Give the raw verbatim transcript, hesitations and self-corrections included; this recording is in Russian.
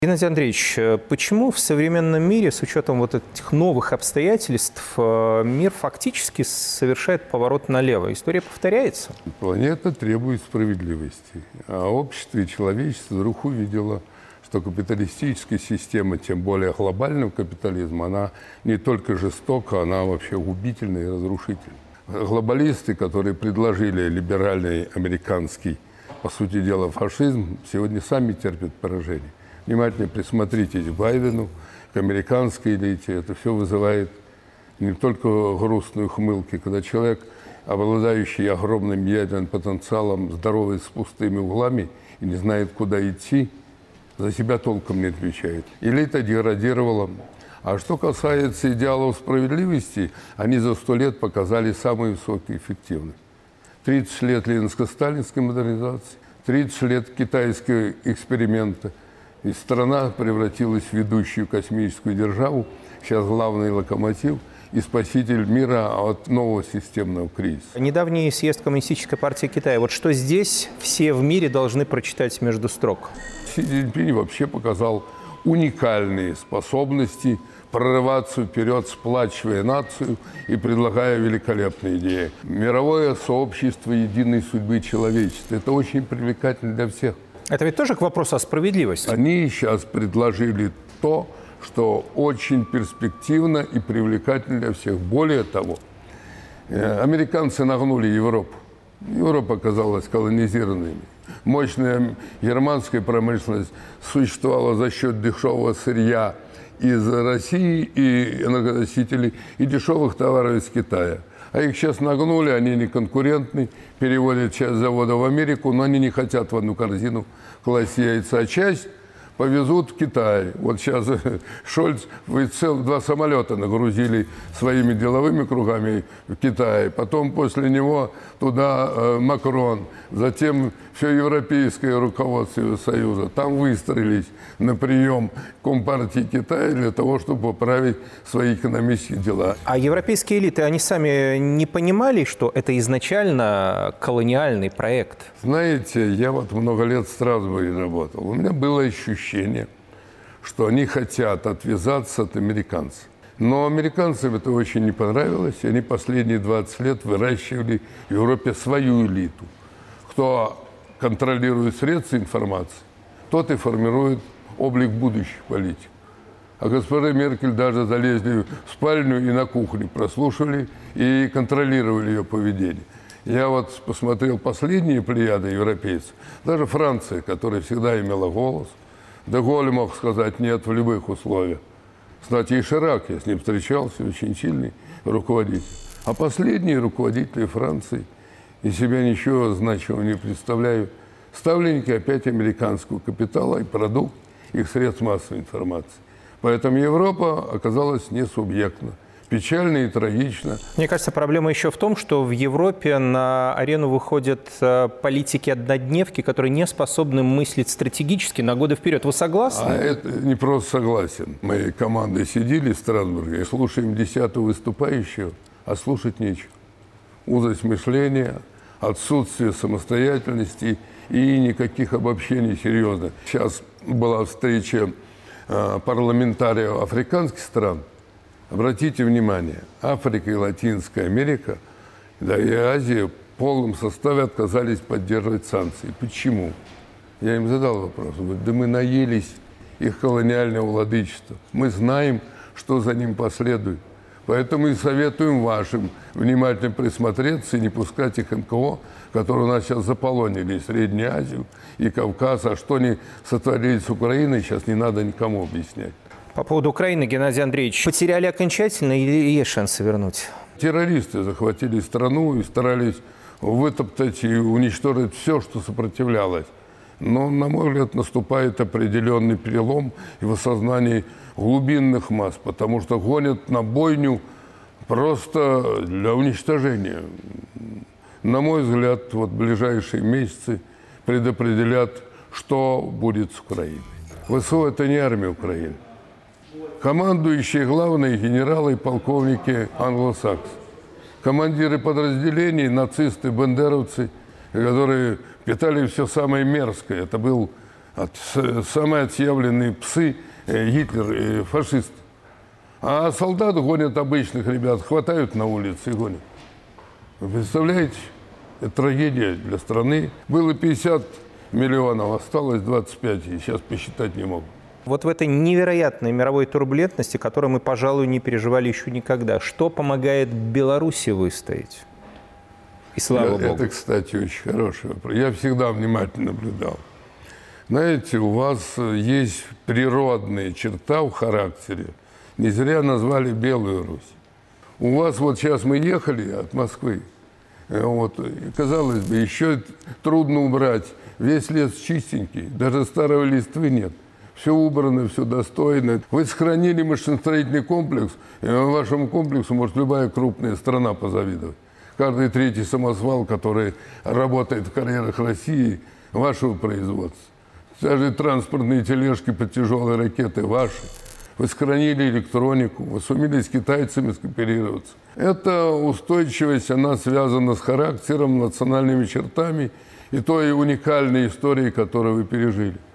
Геннадий Андреевич, почему в современном мире, с учетом вот этих новых обстоятельств, мир фактически совершает поворот налево? История повторяется? Планета требует справедливости, а общество и человечество вдруг увидело, что капиталистическая система, тем более глобального капитализма, она не только жестока, она вообще губительна и разрушительна. Глобалисты, которые предложили либеральный американский, по сути дела, фашизм, сегодня сами терпят поражение. Внимательно присмотритесь к Байдену, к американской элите. Это все вызывает не только грустные ухмылки, когда человек, обладающий огромным ядерным потенциалом, здоровый, с пустыми углами и не знает, куда идти, за себя толком не отвечает. Элита деградировала. А что касается идеалов справедливости, они за сто лет показали самую высокую эффективность. тридцать лет ленинско-сталинской модернизации, тридцать лет китайского эксперимента. И страна превратилась в ведущую космическую державу, сейчас главный локомотив и спаситель мира от нового системного кризиса. Недавний съезд Коммунистической партии Китая. Вот что здесь все в мире должны прочитать между строк? Си Цзиньпинь вообще показал уникальные способности прорываться вперед, сплачивая нацию и предлагая великолепные идеи. Мировое сообщество единой судьбы человечества. Это очень привлекательно для всех. Это ведь тоже к вопросу о справедливости. Они сейчас предложили то, что очень перспективно и привлекательно для всех. Более того, американцы нагнули Европу. Европа оказалась колонизированной. Мощная германская промышленность существовала за счет дешевого сырья из России и энергоносителей, и дешевых товаров из Китая. А их сейчас нагнули, они не конкурентны, переводят часть завода в Америку, но они не хотят в одну корзину класть яйца, а часть повезут в Китай. Вот сейчас Шольц цел, два самолета нагрузили своими деловыми кругами в Китае, потом после него туда э, Макрон, затем все европейское руководство Союза. Там выстроились на прием Компартии Китая для того, чтобы поправить свои экономические дела. А европейские элиты, они сами не понимали, что это изначально колониальный проект? Знаете, я вот много лет в Страсбурге работал. У меня было ощущение, что они хотят отвязаться от американцев. Но американцам это очень не понравилось, и они последние двадцать лет выращивали в Европе свою элиту. Кто контролирует средства информации, тот и формирует облик будущих политиков. А госпожа Меркель даже залезли в спальню и на кухне прослушали и контролировали ее поведение. Я вот посмотрел последние плеяды европейцев, даже Франция, которая всегда имела голос. де Голль мог сказать «нет» в любых условиях. Кстати, и Ширак, я с ним встречался, очень сильный руководитель. А последние руководители Франции из себя ничего значимого не представляют. Ставленники опять американского капитала и продукт их средств массовой информации. Поэтому Европа оказалась несубъектна. Печально и трагично. Мне кажется, проблема еще в том, что в Европе на арену выходят политики-однодневки, которые не способны мыслить стратегически на годы вперед. Вы согласны? А это не просто согласен. Мы командой сидели в Страсбурге, слушаем десятого выступающего, а слушать нечего. Узость мышления, отсутствие самостоятельности и никаких обобщений серьезных. Сейчас была встреча парламентариев африканских стран. Обратите внимание, Африка и Латинская Америка, да и Азия в полном составе отказались поддерживать санкции. Почему? Я им задал вопрос. Говорю, да мы наелись их колониального владычества. Мы знаем, что за ним последует. Поэтому и советуем вашим внимательно присмотреться и не пускать их эн ка о, которые у нас сейчас заполонили и Среднюю Азию, и Кавказ. А что они сотворили с Украиной, сейчас не надо никому объяснять. По поводу Украины, Геннадий Андреевич, потеряли окончательно или есть шансы вернуть? Террористы захватили страну и старались вытоптать и уничтожить все, что сопротивлялось. Но, на мой взгляд, наступает определенный перелом и в осознании глубинных масс, потому что гонят на бойню просто для уничтожения. На мой взгляд, вот ближайшие месяцы предопределят, что будет с Украиной. ВСУ – это не армия Украины. Командующие главные генералы и полковники англосаксы. Командиры подразделений, нацисты, бандеровцы, которые питали все самое мерзкое. Это был От, самые отъявленные псы э, Гитлер и фашисты. А солдаты гонят обычных ребят, хватают на улице и гонят. Вы представляете? Это трагедия для страны. Было пятьдесят миллионов, осталось двадцать пять, и сейчас посчитать не могу. Вот в этой невероятной мировой турбулентности, которую мы, пожалуй, не переживали еще никогда, что помогает Беларуси выстоять? И слава это, Богу. Это, кстати, очень хороший вопрос. Я всегда внимательно наблюдал. Знаете, у вас есть природная черта в характере. Не зря назвали Белую Русь. У вас вот сейчас мы ехали от Москвы. Вот, и, казалось бы, еще трудно убрать. Весь лес чистенький, даже старой листвы нет. Все убрано, все достойно. Вы сохранили машиностроительный комплекс, и вашему комплексу может любая крупная страна позавидовать. Каждый третий самосвал, который работает в карьерах России, вашего производства. Даже транспортные тележки под тяжелые ракеты ваши. Вы сохранили электронику, вы сумели с китайцами скооперироваться. Эта устойчивость, она связана с характером, национальными чертами и той уникальной историей, которую вы пережили.